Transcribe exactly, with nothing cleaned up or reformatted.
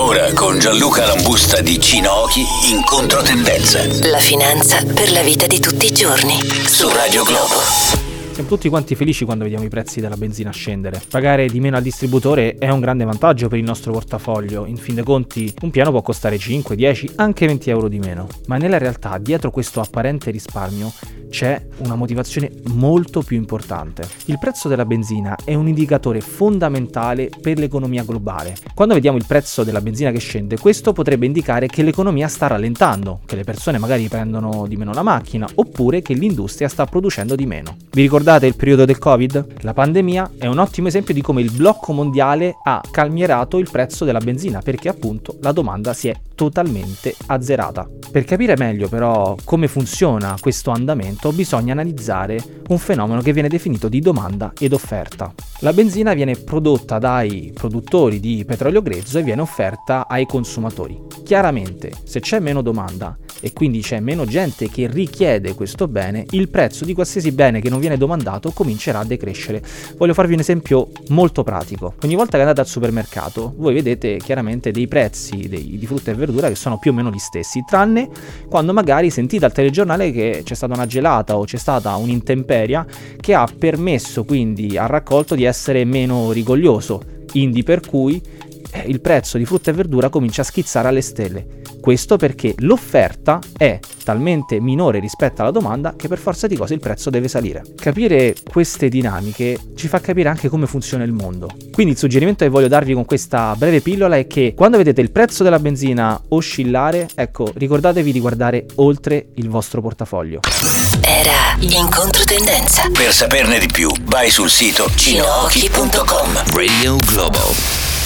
Ora con Gianluca Lambusta di Cinochi in controtendenza. La finanza per la vita di tutti i giorni su Radio Globo. Siamo tutti quanti felici quando vediamo i prezzi della benzina scendere. Pagare di meno al distributore è un grande vantaggio per il nostro portafoglio. In fin dei conti, un piano può costare cinque, dieci, anche venti euro di meno. Ma nella realtà, dietro questo apparente risparmio, c'è una motivazione molto più importante. Il prezzo della benzina è un indicatore fondamentale per l'economia globale. Quando vediamo il prezzo della benzina che scende, questo potrebbe indicare che l'economia sta rallentando, che le persone magari prendono di meno la macchina, oppure che l'industria sta producendo di meno. Vi ricordate il periodo del Covid? La pandemia è un ottimo esempio di come il blocco mondiale ha calmierato il prezzo della benzina, perché appunto la domanda si è totalmente azzerata. Per capire meglio però come funziona questo andamento, bisogna analizzare un fenomeno che viene definito di domanda ed offerta. La benzina viene prodotta dai produttori di petrolio grezzo e viene offerta ai consumatori. Chiaramente, se c'è meno domanda e quindi c'è meno gente che richiede questo bene, il prezzo di qualsiasi bene che non viene domandato comincerà a decrescere. Voglio farvi un esempio molto pratico. Ogni volta che andate al supermercato, voi vedete chiaramente dei prezzi dei, di frutta e verdura che sono più o meno gli stessi, tranne quando magari sentite al telegiornale che c'è stata una gelata o c'è stata un'intemperia che ha permesso quindi al raccolto di essere meno rigoglioso, indi per cui eh, il prezzo di frutta e verdura comincia a schizzare alle stelle. Questo perché l'offerta è talmente minore rispetto alla domanda che per forza di cose il prezzo deve salire. Capire queste dinamiche ci fa capire anche come funziona il mondo. Quindi il suggerimento che voglio darvi con questa breve pillola è che quando vedete il prezzo della benzina oscillare, ecco, ricordatevi di guardare oltre il vostro portafoglio. Era in controtendenza. Per saperne di più, vai sul sito cinochi punto com. Radio Globo.